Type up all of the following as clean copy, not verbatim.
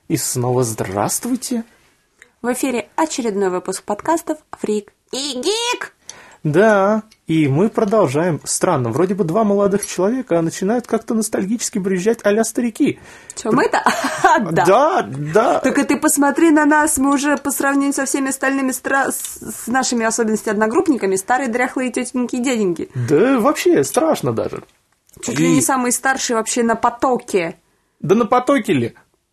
И снова здравствуйте. В эфире очередной выпуск подкастов «Фрик и Гик». Да, и мы продолжаем. Странно, вроде бы два молодых человека начинают как-то ностальгически брюзжать а-ля старики. Что, мы-то? Да. Только ты посмотри на нас, мы уже по сравнению со всеми остальными с нашими особенностями одногруппниками старые дряхлые тетеньки и деденьки. Да вообще страшно даже. Чуть ли не самые старшие вообще на потоке. Да на потоке ли?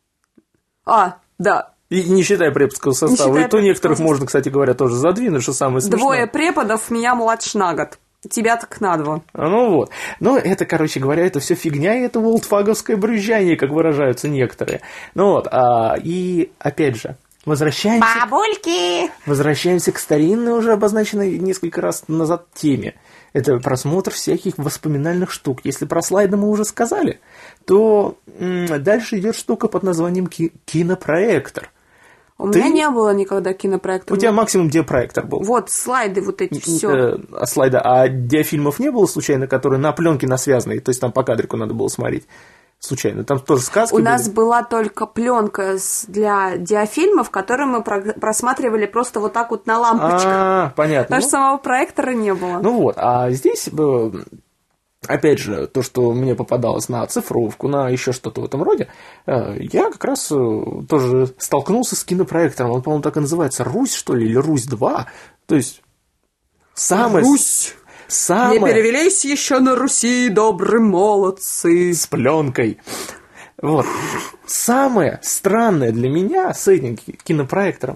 Да. И не считая преподского состава. И то некоторых можно, кстати говоря, тоже задвинуть, что самое смешное. Двое преподов, меня младше на год. Тебя так на 2. Ну вот. Но это, короче говоря, это все фигня, и это олдфаговское брюзжание, как выражаются некоторые. Ну вот. И опять же, возвращаемся... Бабульки! Возвращаемся к старинной, уже обозначенной несколько раз назад теме. Это просмотр всяких воспоминальных штук. Если про слайды мы уже сказали, то дальше идет штука под названием кинопроектор. У меня не было никогда кинопроектора. У тебя максимум диапроектор был. Вот, слайды вот эти, все. А диафильмов не было случайно, которые на пленке насвязаны, то есть там по кадрику надо было смотреть? Случайно, там тоже сказки были? У нас была только пленка для диафильмов, которую мы просматривали просто вот так вот на лампочках. Понятно. Потому что самого проектора не было. Ну вот, а здесь... Опять же, то, что мне попадалось на цифровку, на еще что-то в этом роде, я как раз тоже столкнулся с кинопроектором. Он, по-моему, так и называется. Русь, что ли, или Русь-2. То есть, Русь! Не перевелись еще на Руси, добрые молодцы. С пленкой. Вот. Самое странное для меня с этим кинопроектором,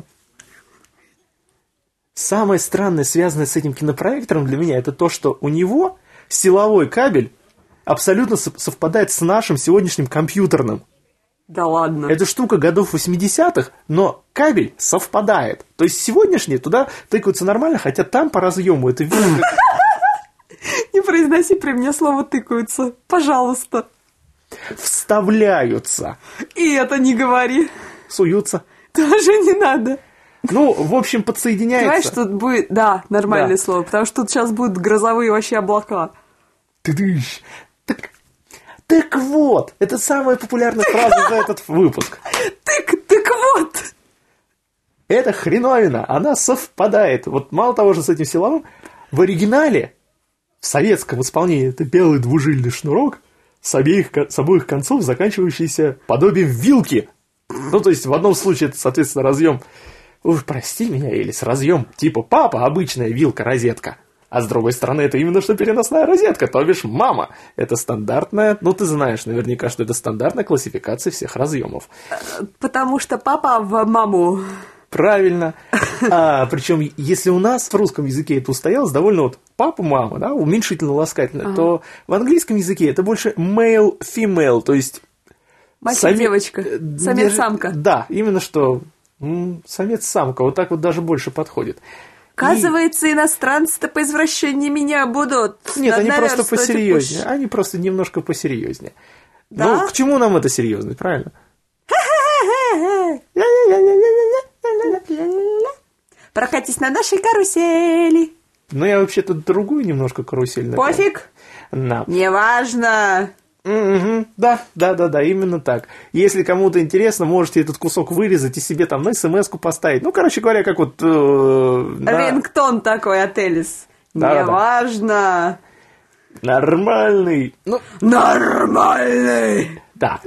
самое странное, связанное с этим кинопроектором для меня, это то, что у него... силовой кабель абсолютно совпадает с нашим сегодняшним компьютерным. Да ладно. Это штука годов 80-х, но кабель совпадает. То есть сегодняшние туда тыкаются нормально, хотя там по разъему это видно. Не произноси при мне слово «тыкаются», пожалуйста. Вставляются. И это не говори. Суются. Тоже не надо. Ну, в общем, подсоединяется. Знаешь, тут будет, нормальное слово, потому что тут сейчас будут грозовые вообще облака. Так вот, это самая популярная фраза за этот выпуск. Так вот. Эта хреновина, она совпадает. Вот мало того, что с этим силовым, в оригинале, в советском исполнении, это белый двужильный шнурок с обоих концов, заканчивающийся подобием вилки. Ну, то есть, в одном случае это, соответственно, разъем... Уж прости меня, Элис, разъем типа папа, обычная вилка-розетка. А с другой стороны, это именно что переносная розетка, то бишь мама. Это стандартная, ты знаешь наверняка, что это стандартная классификация всех разъемов. Потому что папа в маму. Правильно. Причем, если у нас в русском языке это устоялось довольно папа-мама, да, уменьшительно-ласкательно, то в английском языке это больше male-female, то есть... Мальчик-девочка, самец-самка. Да, именно что... самец-самка, вот так вот даже больше подходит. Оказывается, иностранцы-то по извращению меня будут. Нет, они просто посерьезнее. Они просто немножко посерьезнее. Да? Ну, к чему нам это серьезность, правильно? Прокатись на нашей карусели. Ну, я вообще-то другую немножко карусель. Пофиг? Неважно. Да, именно так. Если кому-то интересно, можете этот кусок вырезать и себе там на смс-ку поставить. Ну, короче говоря, как вот... Рингтон такой от Элис. Неважно. Нормальный. Нормальный. Да.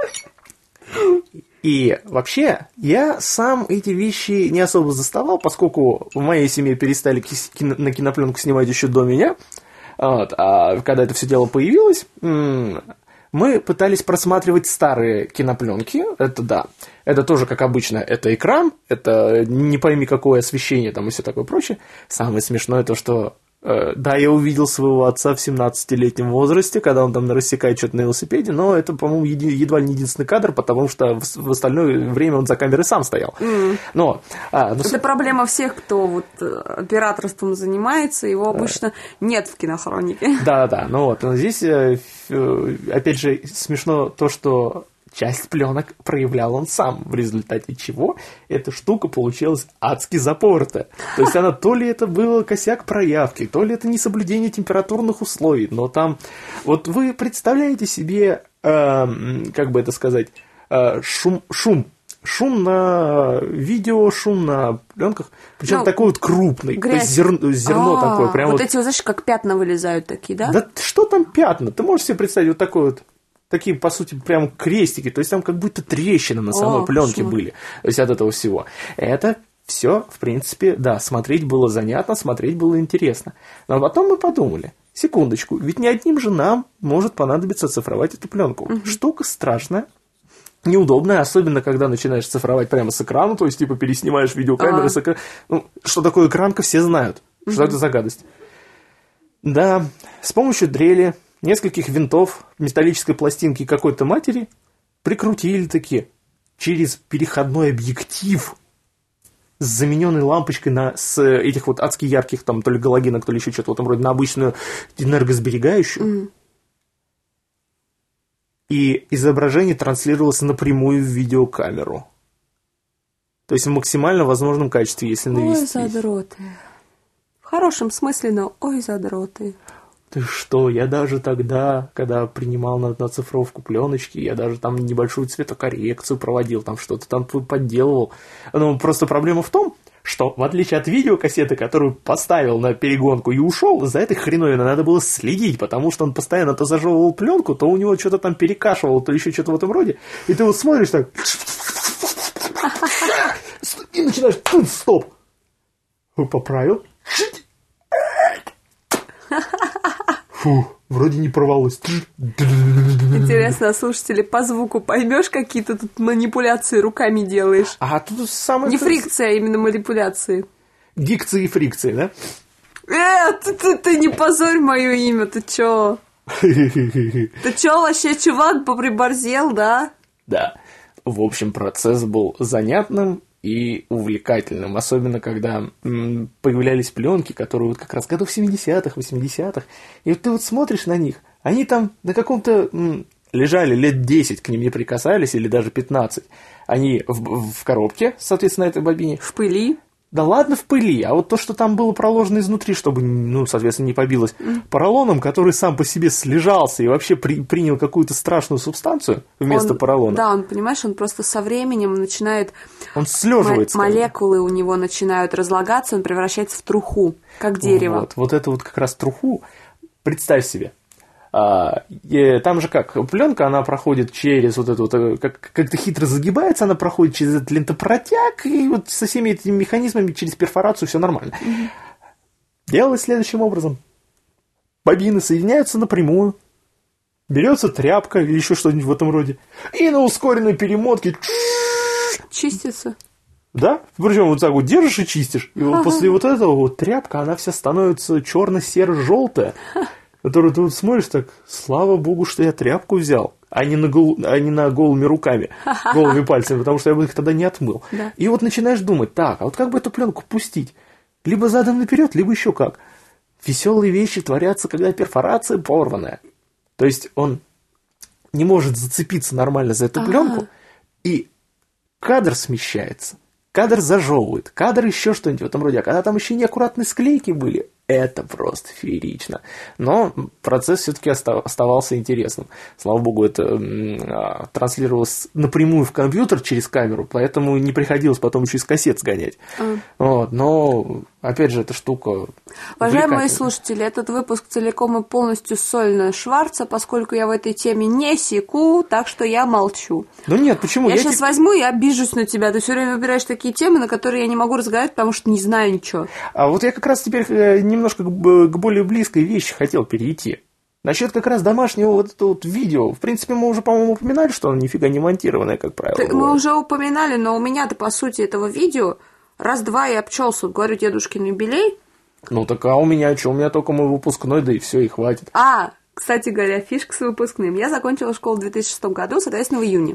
И вообще, я сам эти вещи не особо заставал, поскольку в моей семье перестали на кинопленку снимать еще до меня. Вот, а когда это все дело появилось, мы пытались просматривать старые кинопленки. Это да. Это тоже, как обычно, это экран, это не пойми какое освещение там и все такое прочее. Самое смешное то, что да, я увидел своего отца в 17-летнем возрасте, когда он там рассекает что-то на велосипеде, но это, по-моему, едва ли не единственный кадр, потому что в остальное время он за камерой сам стоял. Это проблема всех, кто вот операторством занимается, его обычно нет в кинохронике. Да, здесь, опять же, смешно то, что часть пленок проявлял он сам, в результате чего эта штука получилась адски запорта. То есть она то ли это был косяк проявки, то ли это несоблюдение температурных условий, но там, вот вы представляете себе, как бы это сказать, шум шум на видео, шум на пленках, причем такой вот крупный, грязь. зерно такое. Прям вот эти, вот, знаешь, как пятна вылезают такие, да? Да что там пятна? Ты можешь себе представить вот такой вот, такие, по сути, прям крестики, то есть там как будто трещины на самой пленке были, то есть от этого всего. Это все, в принципе, да, смотреть было занятно, смотреть было интересно. Но потом мы подумали, секундочку, ведь не одним же нам может понадобиться оцифровать эту пленку. Штука страшная, неудобная, особенно когда начинаешь цифровать прямо с экрана, то есть типа переснимаешь видеокамеры с экрана. Ну, что такое экранка, все знают. Что это за гадость? Да, с помощью дрели, нескольких винтов, металлической пластинки и какой-то матери прикрутили таки через переходной объектив с замененной лампочкой с этих вот адски ярких, там, то ли галогенок, то ли еще что-то в этом роде, на обычную энергосберегающую. И изображение транслировалось напрямую в видеокамеру. То есть в максимально возможном качестве, если навести. Ой, задроты. В хорошем смысле, но ой, задроты. Ты что, я даже тогда, когда принимал на цифровку пленочки, я даже там небольшую цветокоррекцию проводил, там что-то там подделывал. Но просто проблема в том, что в отличие от видеокассеты, которую поставил на перегонку и ушел, за этой хреновиной надо было следить, потому что он постоянно то зажевывал пленку, то у него что-то там перекашивало, то еще что-то в этом роде. И ты вот смотришь так, и начинаешь, стоп, поправил. Фу, вроде не порвалось. Интересно, слушатели, по звуку поймешь, какие ты тут манипуляции руками делаешь? А тут самое... Не фрикция, а именно манипуляции. Дикции и фрикции, да? Ты не позорь мое имя, ты чё? Ты чё вообще, чувак, поприборзел, да? Да. В общем, процесс был занятным и увлекательным, особенно когда появлялись пленки, которые вот как раз годов 70-х, 80-х, и вот ты вот смотришь на них, они там на каком-то лежали лет 10, к ним не прикасались, или даже 15, они в коробке, соответственно, этой бобине. В пыли. Да ладно в пыли, а вот то, что там было проложено изнутри, чтобы, соответственно, не побилось поролоном, который сам по себе слежался и вообще принял какую-то страшную субстанцию вместо поролона. Да, он, понимаешь, он просто со временем начинает... Он слеживается. Молекулы у него начинают разлагаться, он превращается в труху, как дерево. Вот это вот как раз труху, представь себе. Там же как, пленка, она проходит через вот это вот, как-то хитро загибается, она проходит через этот лентопротяг, и вот со всеми этими механизмами через перфорацию все нормально. Делалось следующим образом. Бобины соединяются напрямую, берется тряпка или еще что-нибудь в этом роде, и на ускоренной перемотке чистится. Да? Причем вот так вот держишь и чистишь. И вот после вот этого вот тряпка, она вся становится черно-серо-желтая. Которую ты вот смотришь так, слава богу, что я тряпку взял, а не на голыми руками, голыми пальцами, потому что я бы их тогда не отмыл. Да. И вот начинаешь думать, так, а вот как бы эту пленку пустить? Либо задом наперед, либо еще как. Веселые вещи творятся, когда перфорация порванная. То есть он не может зацепиться нормально за эту пленку, и кадр смещается, кадр зажевывает, кадр еще что-нибудь в этом роде. А когда там еще неаккуратные склейки были, это просто феерично. Но процесс все-таки оставался интересным. Слава богу, это транслировалось напрямую в компьютер через камеру, поэтому не приходилось потом еще из кассет сгонять. Вот, но, опять же, эта штука... Уважаемые слушатели, этот выпуск целиком и полностью сольно Шварца, поскольку я в этой теме не секу, так что я молчу. Ну нет, почему? Я сейчас возьму и обижусь на тебя. Ты все время выбираешь такие темы, на которые я не могу разговаривать, потому что не знаю ничего. А вот я как раз теперь немножко к более близкой вещи хотел перейти. Насчет как раз домашнего вот этого вот видео. В принципе, мы уже, по-моему, упоминали, что оно нифига не монтированное, как правило. Мы уже упоминали, но у меня-то, по сути, этого видео раз-два и обчелся. Говорю, дедушкин юбилей. Ну так а у меня что? У меня только мой выпускной, да и все, и хватит. Кстати говоря, фишка с выпускным. Я закончила школу в 2006 году, соответственно, в июне.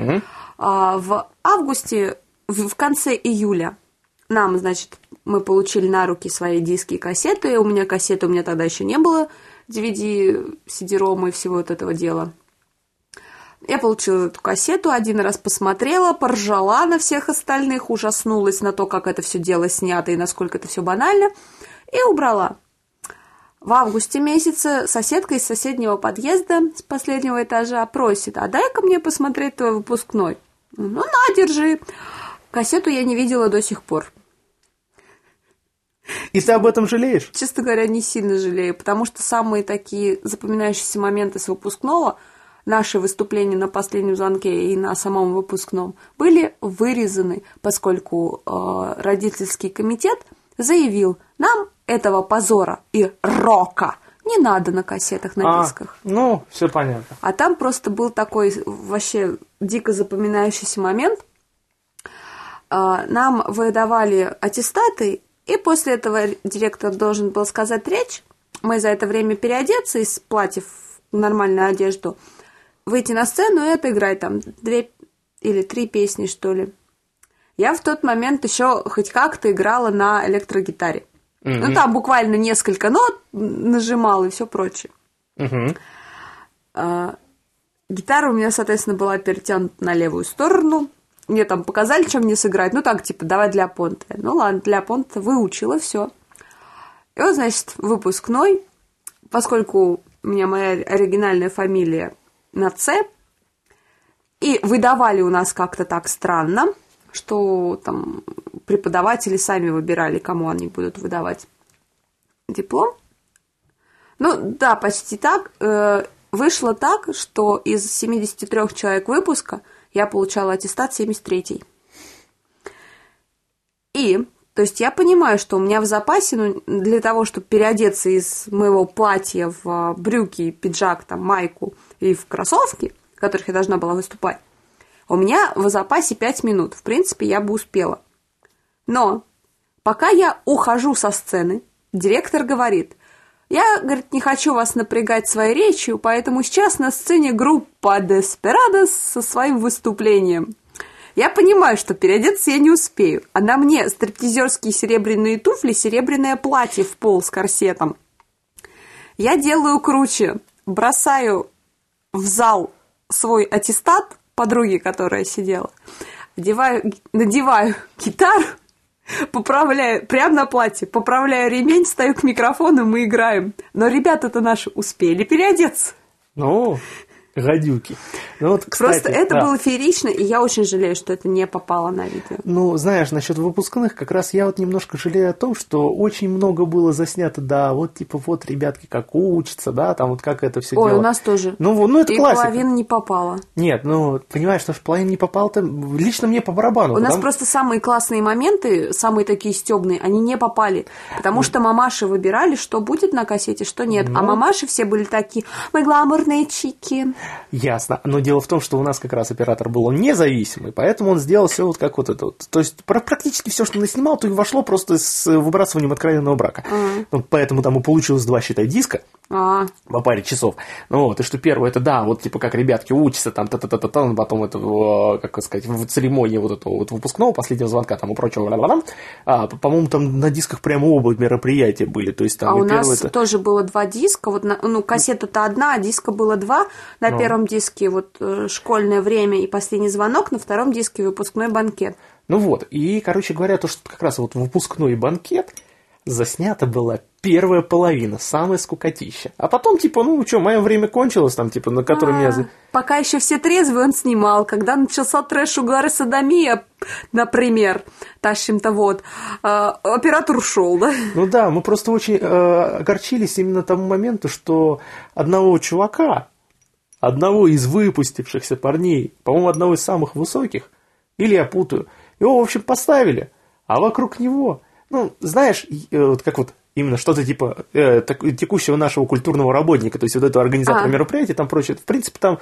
В августе, в конце июля, нам, значит, мы получили на руки свои диски и кассеты. У меня тогда еще не было DVD, CD-ROM и всего вот этого дела. Я получила эту кассету, один раз посмотрела, поржала на всех остальных, ужаснулась на то, как это все дело снято и насколько это все банально, и убрала. В августе месяце соседка из соседнего подъезда с последнего этажа просит: а дай-ка мне посмотреть твой выпускной. Ну, на, держи. Кассету я не видела до сих пор. И ты об этом жалеешь? Честно говоря, не сильно жалею, потому что самые такие запоминающиеся моменты с выпускного, наши выступления на последнем звонке и на самом выпускном, были вырезаны, поскольку родительский комитет заявил, нам этого позора и рока не надо на кассетах, на дисках. Ну, все понятно. А там просто был такой вообще дико запоминающийся момент. Нам выдавали аттестаты, и после этого директор должен был сказать речь. Мы за это время переодеться из платьев в нормальную одежду, выйти на сцену и отыграть там 2 или 3 песни, что ли. Я в тот момент еще хоть как-то играла на электрогитаре. Mm-hmm. Ну, там буквально несколько нот нажимала и все прочее. Mm-hmm. Гитара у меня, соответственно, была перетянута на левую сторону. Мне там показали, что мне сыграть. Ну, так, типа, давай для понта. Ну, ладно, для понта выучила, все. И вот, значит, выпускной, поскольку у меня моя оригинальная фамилия на «Ц», и выдавали у нас как-то так странно, что там преподаватели сами выбирали, кому они будут выдавать диплом. Ну, да, почти так. Вышло так, что из 73 человек выпуска я получала аттестат 73-й. И, то есть я понимаю, что у меня в запасе, ну, для того, чтобы переодеться из моего платья в брюки, пиджак, там, майку и в кроссовки, в которых я должна была выступать, у меня в запасе 5 минут. В принципе, я бы успела. Но пока я ухожу со сцены, директор говорит: я, говорит, не хочу вас напрягать своей речью, поэтому сейчас на сцене группа Desperados со своим выступлением. Я понимаю, что переодеться я не успею, а на мне стриптизерские серебряные туфли, серебряное платье в пол с корсетом. Я делаю круче, бросаю в зал свой аттестат подруги, которая сидела, надеваю гитару, поправляю, прямо на платье, поправляю ремень, стою к микрофону, мы играем. Но ребята-то наши успели переодеться. Ну, гадюки. Ну, вот, кстати, просто это было феерично, и я очень жалею, что это не попало на видео. Ну, знаешь, насчет выпускных, как раз я вот немножко жалею о том, что очень много было заснято, да, вот типа вот ребятки как учатся, да, там вот как это все дело. Ой, у нас тоже. Ну это и классика. Половина не попала. Нет, ну, понимаешь, что половина не попала-то лично мне по барабану. У нас просто самые классные моменты, самые такие стёбные, они не попали, потому что мамаши выбирали, что будет на кассете, что нет. А мамаши все были такие: мы гламурные чики. Ясно. Но дело в том, что у нас как раз оператор был он независимый, поэтому он сделал все вот как вот это вот. То есть практически все, что наснимал, то и вошло просто с выбрасыванием откровенного брака. Ну, поэтому там и получилось 2, считай, диска по паре часов. Ну вот, и что первое, это да, вот типа как ребятки учатся, там та-та-та-та-та, потом это, как сказать, в церемонии вот этого вот выпускного, последнего звонка там и прочего. По-моему, там на дисках прямо оба мероприятия были. То есть, там у нас тоже было 2 диска. Вот, ну, кассета-то одна, а диска было 2. На первом диске вот школьное время и последний звонок, на втором диске выпускной банкет. Ну вот, и, короче говоря, то, что как раз вот выпускной банкет заснята была первая половина, самая скукотища. А потом, типа, ну что, мое время кончилось, там, типа, на которое меня... Пока еще все трезвые, он снимал. Когда начался трэш, угар и садомия, например, тащим-то вот, оператор ушел, да? Ну да, мы просто очень огорчились именно тому моменту, что одного чувака, одного из выпустившихся парней, по-моему, одного из самых высоких, или я путаю, его, в общем, поставили, а вокруг него, ну, знаешь, вот как вот именно что-то типа текущего нашего культурного работника, то есть вот этого организатора мероприятия, там прочее, в принципе, там...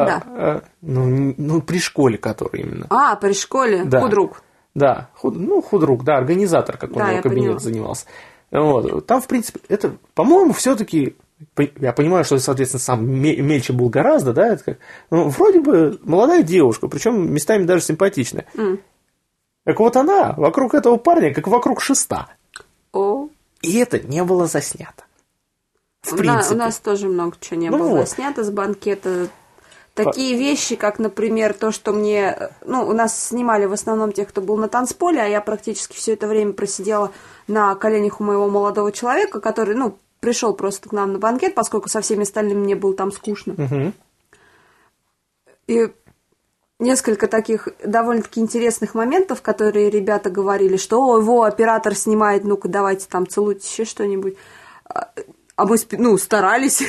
ну, при школе, который именно. При школе? Да. Худрук. Да, худрук, да, организатор, как он его кабинет занимался. Вот. Там, в принципе, это, по-моему, все-таки... Я понимаю, что, соответственно, сам мельче был гораздо, да, это как, ну, вроде бы молодая девушка, причем местами даже симпатичная. Так вот она вокруг этого парня, как вокруг шеста. И это не было заснято. В принципе. У нас тоже много чего не было заснято с банкета. Такие вещи, как, например, то, что мне... Ну, у нас снимали в основном тех, кто был на танцполе, а я практически все это время просидела на коленях у моего молодого человека, который, ну, пришел просто к нам на банкет, поскольку со всеми остальными мне было там скучно. И несколько таких довольно-таки интересных моментов, которые ребята говорили, что «О, его оператор снимает, ну-ка, давайте там целуйте еще что-нибудь». А мы, старались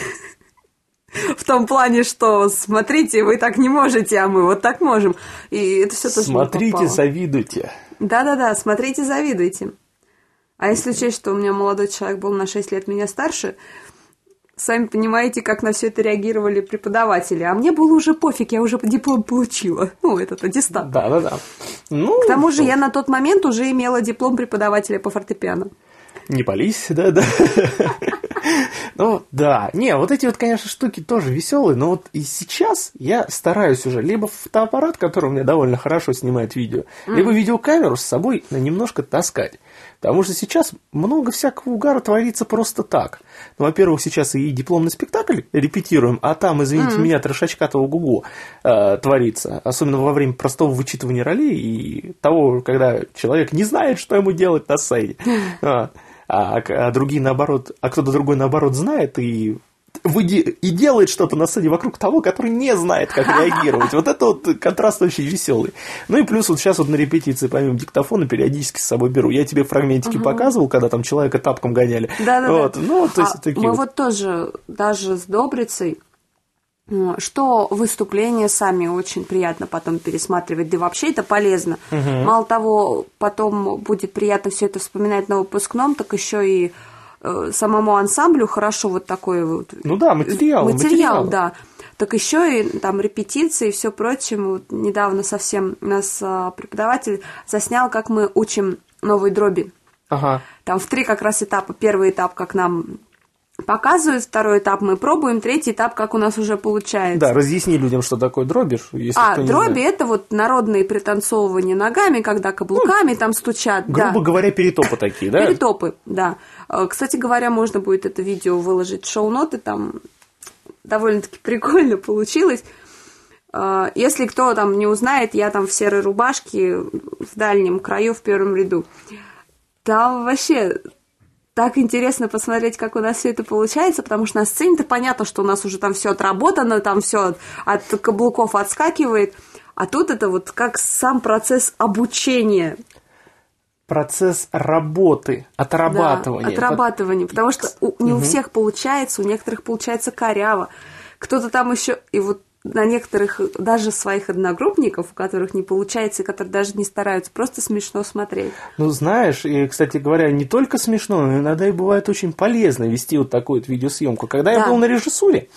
в том плане, что смотрите, вы так не можете, а мы вот так можем. И это все тоже Смотрите, завидуйте. Да-да-да, смотрите, завидуйте. А если учесть, что у меня молодой человек был на 6 лет меня старше, сами понимаете, как на все это реагировали преподаватели. А мне было уже пофиг, я уже диплом получила. Этот аттестат. Да-да-да. К тому же я на тот момент уже имела диплом преподавателя по фортепиано. Не пались, да-да. Ну, да. Не, вот эти вот, конечно, штуки тоже веселые, но вот и сейчас я стараюсь уже либо фотоаппарат, который у меня довольно хорошо снимает видео, либо видеокамеру с собой немножко таскать. Потому что сейчас много всякого угара творится просто так. Ну, во-первых, сейчас и дипломный спектакль репетируем, а там, извините меня, трешачкатого гугу творится. Особенно во время простого вычитывания ролей и того, когда человек не знает, что ему делать на сцене. А другие наоборот, а кто-то другой наоборот знает и делает что-то на сцене вокруг того, который не знает, как реагировать. Вот это вот контраст очень веселый. Ну и плюс вот сейчас вот на репетиции, помимо диктофона, периодически с собой беру. Я тебе фрагментики показывал, когда там человека тапком гоняли. Да-да-да. Вот. Ну, то есть такие мы вот тоже, даже с Добрицей, что выступления сами очень приятно потом пересматривать, да и вообще это полезно. Мало того, потом будет приятно все это вспоминать на выпускном, так еще и самому ансамблю хорошо вот такой вот... Ну да, материал, да. Так еще и там репетиции и все прочее. Вот недавно совсем нас преподаватель заснял, как мы учим новые дроби. Ага. Там в 3 как раз этапа. Первый этап, как нам показывают, второй этап мы пробуем, третий этап, как у нас уже получается. Да, разъясни людям, что такое дробиш, если кто не дроби знает. Это вот народные пританцовывания ногами, когда каблуками там стучат. Грубо говоря, перетопы такие, да? Перетопы, да. Кстати говоря, можно будет это видео выложить в шоу-ноты, там довольно-таки прикольно получилось. Если кто там не узнает, я там в серой рубашке в дальнем краю в первом ряду. Там вообще... Так интересно посмотреть, как у нас все это получается, потому что на сцене-то понятно, что у нас уже там все отработано, там все от каблуков отскакивает, а тут это вот как сам процесс обучения. Процесс работы, отрабатывания. Да, отрабатывания, потому что не у всех получается, у некоторых получается коряво. Кто-то там еще, и вот на некоторых, даже своих одногруппников, у которых не получается, и которые даже не стараются, просто смешно смотреть. Ну, знаешь, и, кстати говоря, не только смешно, но иногда и бывает очень полезно вести вот такую вот видеосъемку. Когда я был на режиссуре,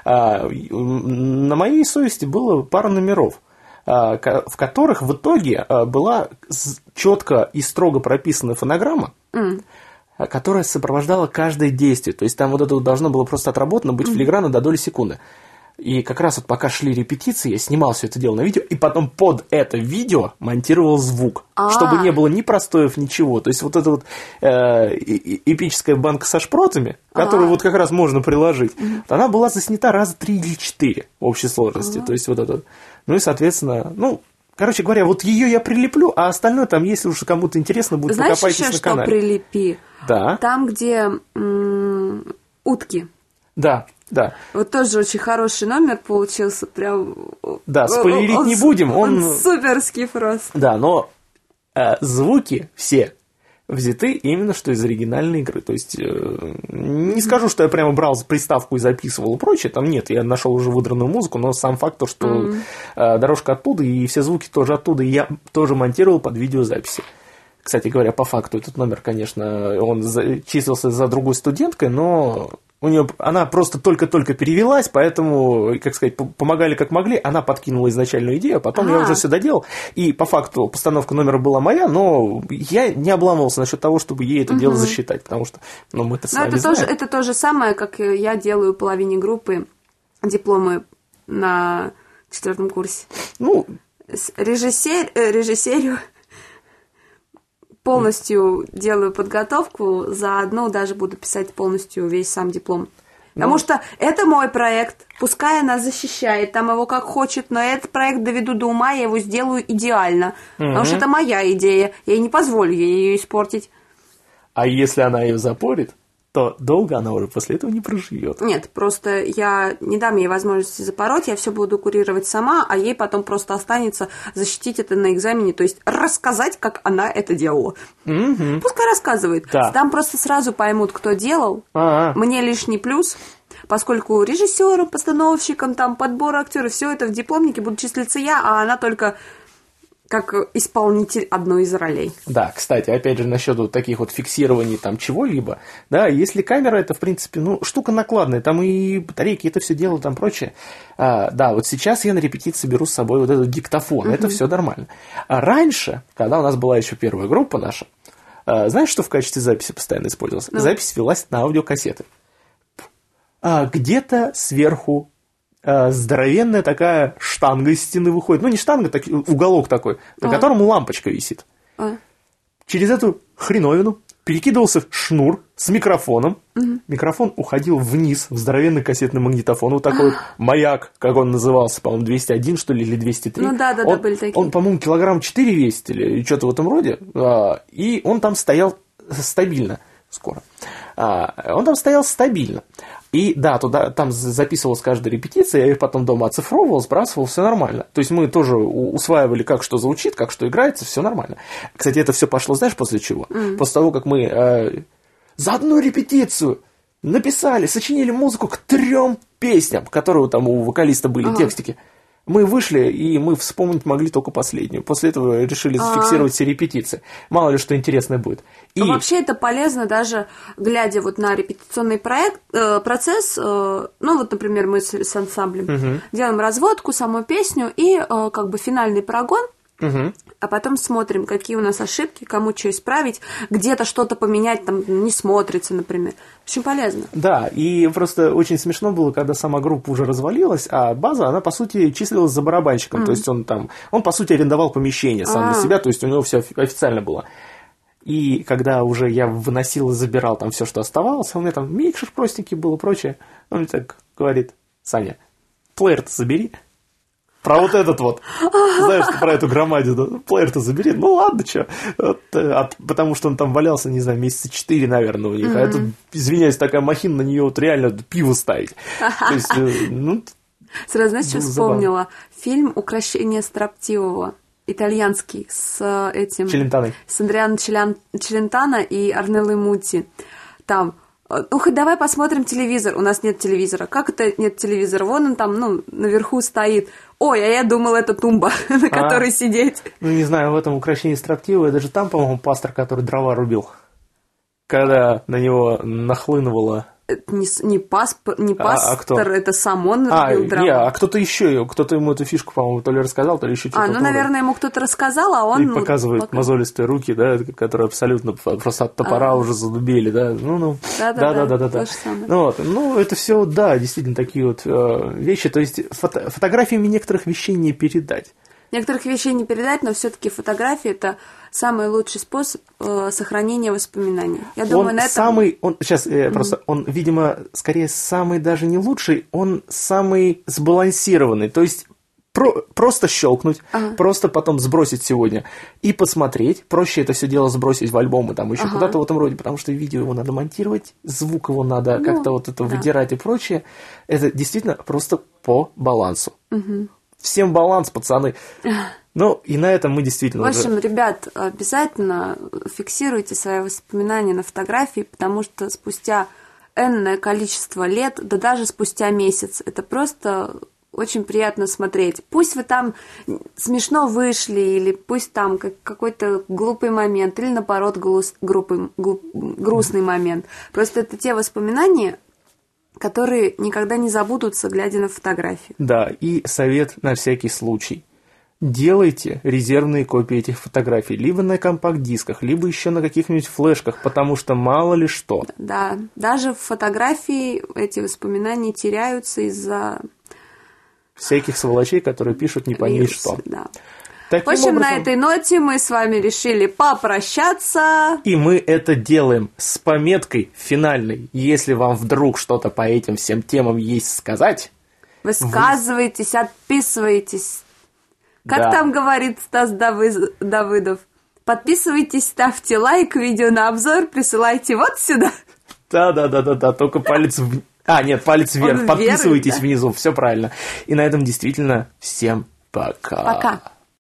на моей совести было пара номеров, в которых в итоге была четко и строго прописана фонограмма, которая сопровождала каждое действие. То есть там вот это вот должно было просто отработано быть филигранно до доли секунды. И как раз вот пока шли репетиции, я снимал все это дело на видео, и потом под это видео монтировал звук, чтобы не было ни простоев, ничего. То есть вот эта вот эпическая банка со шпротами, которую вот как раз можно приложить, она была заснята раза 3 или 4 в общей сложности. То есть вот это. Ну и, соответственно, короче говоря, вот ее я прилеплю, а остальное там, если уж кому-то интересно будет, покопайтесь на канале. Знаешь еще, что прилепи? Да. Там, где утки. Да. Да. Вот тоже очень хороший номер получился, прям... Да, спойлерить не будем. Он суперский просто. Да, но звуки все взяты именно что из оригинальной игры. То есть, не скажу, что я прямо брал приставку и записывал и прочее, там нет, я нашел уже выдранную музыку, но сам факт то, что дорожка оттуда, и все звуки тоже оттуда, и я тоже монтировал под видеозаписи. Кстати говоря, по факту этот номер, конечно, он числился за другой студенткой, но... Она просто только-только перевелась, поэтому, как сказать, помогали как могли. Она подкинула изначальную идею, а потом я уже все доделал. И по факту постановка номера была моя, но я не обламывался насчет того, чтобы ей это дело засчитать, потому что мы-то с вами знаем. Это то же самое, как я делаю половине группы дипломы на 4 курсе. Режиссерию. Полностью делаю подготовку, заодно даже буду писать полностью весь сам диплом. Потому что это мой проект, пускай она защищает там его как хочет, но этот проект доведу до ума, я его сделаю идеально. Потому что это моя идея, я не позволю ей ее испортить. А если она ее запорит? то долго она уже после этого не проживет. Нет, просто я не дам ей возможности запороть, я все буду курировать сама, а ей потом просто останется защитить это на экзамене, то есть рассказать, как она это делала. Пускай рассказывает. Да. Там просто сразу поймут, кто делал. А-а. Мне лишний плюс, поскольку режиссером, постановщиком, там, подбор актеров, все это в дипломнике буду числиться я, а она только как исполнитель одной из ролей. Да, кстати, опять же, насчет вот таких вот фиксирований там чего-либо, да, если камера, это, в принципе, ну, штука накладная, там и батарейки, это все дело, там прочее. Да, вот сейчас я на репетиции беру с собой вот этот диктофон, это все нормально. А раньше, когда у нас была еще первая группа наша, знаешь, что в качестве записи постоянно использовалось? Запись велась на аудиокассеты. Где-то сверху здоровенная такая штанга из стены выходит. Ну, не штанга, так, уголок такой, на котором лампочка висит. Через эту хреновину перекидывался шнур с микрофоном. Микрофон уходил вниз в здоровенный кассетный магнитофон. Вот такой вот маяк, как он назывался, по-моему, 201, что ли, или 203. Ну да, были такие. Он, по-моему, килограмм 4 весит или что-то в этом роде. И он там стоял стабильно. Скоро. Он там стоял стабильно. И да, туда, там записывалась каждая репетиция, я их потом дома оцифровывал, сбрасывал, все нормально. То есть мы тоже усваивали, как что звучит, как что играется, все нормально. Кстати, это все пошло, знаешь, после чего? После того, как мы за одну репетицию написали, сочинили музыку к 3 песням, которые там у вокалиста были, текстики. Мы вышли, и мы вспомнить могли только последнюю. После этого решили зафиксировать все репетиции. Мало ли что интересное будет. Но вообще это полезно, даже глядя вот на репетиционный процесс. Ну вот, например, мы с ансамблем делаем разводку, саму песню и как бы финальный прогон. А потом смотрим, какие у нас ошибки, кому что исправить, где-то что-то поменять, там не смотрится, например. Очень полезно. Да, и просто очень смешно было, когда сама группа уже развалилась, а база, она, по сути, числилась за барабанщиком. То есть он, по сути, арендовал помещение сам для себя, то есть у него все официально было. И когда уже я выносил и забирал там все, что оставалось, у меня там микшер простенький был и прочее, он мне так говорит: Саня, плеер-то забери. Про вот этот вот, знаешь, про эту громадину, плеер-то забери, ну ладно, что, потому что он там валялся, не знаю, месяца 4, наверное, у них, а это, извиняюсь, такая махина, на нее вот реально пиво ставить. То есть, ну... Сразу, знаешь, что вспомнила? Фильм «Укрощение строптивого», итальянский, с этим... Челентаной. С Андриано Челентано и Арнеллой Мутти. Там... Ну, хоть давай посмотрим телевизор. У нас нет телевизора. Как это нет телевизора? Вон он там, ну, наверху стоит. Ой, а я думал, это тумба, на которой сидеть. Ну, не знаю, в этом «Укрощении строптивого» это же там, по-моему, пастор, который дрова рубил. Когда на него нахлынывало... Не пастор, это сам он рубил дрова. А кто-то еще, кто-то ему эту фишку, по-моему, то ли рассказал, то ли еще что-то. Наверное, ему кто-то рассказал, а он... И показывает мозолистые руки, да, которые абсолютно просто от топора уже задубели, да. Да. То же самое. Ну, это все, да, действительно такие вот вещи. То есть фотографиями некоторых вещей не передать. Некоторых вещей не передать, но все-таки фотографии — это самый лучший способ сохранения воспоминаний. Я думаю, на этом... Он, видимо, скорее самый даже не лучший, он самый сбалансированный. То есть просто щелкнуть, просто потом сбросить сегодня и посмотреть. Проще это все дело сбросить в альбомы, там еще куда-то в этом роде, потому что видео его надо монтировать, звук его надо как-то вот это выдирать и прочее. Это действительно просто по балансу. Всем баланс, пацаны. Ну, и на этом мы действительно... В общем, ребят, обязательно фиксируйте свои воспоминания на фотографии, потому что спустя энное количество лет, да даже спустя месяц, это просто очень приятно смотреть. Пусть вы там смешно вышли, или пусть там какой-то глупый момент, или наоборот грустный момент. Просто это те воспоминания, которые никогда не забудутся, глядя на фотографии. Да, и совет на всякий случай. Делайте резервные копии этих фотографий либо на компакт-дисках, либо еще на каких-нибудь флешках, потому что мало ли что. Да, даже в фотографии эти воспоминания теряются из-за... всяких сволочей, которые пишут не пойми что. Да. Таким в общем, образом, на этой ноте мы с вами решили попрощаться. И мы это делаем с пометкой финальной. Если вам вдруг что-то по этим всем темам есть сказать... Высказывайтесь, отписывайтесь. Как там говорит Стас Давыдов? Подписывайтесь, ставьте лайк, видео на обзор присылайте вот сюда. Да, только палец нет, палец вверх. Он Подписывайтесь вверх, да? внизу, все правильно. И на этом действительно всем пока. Пока.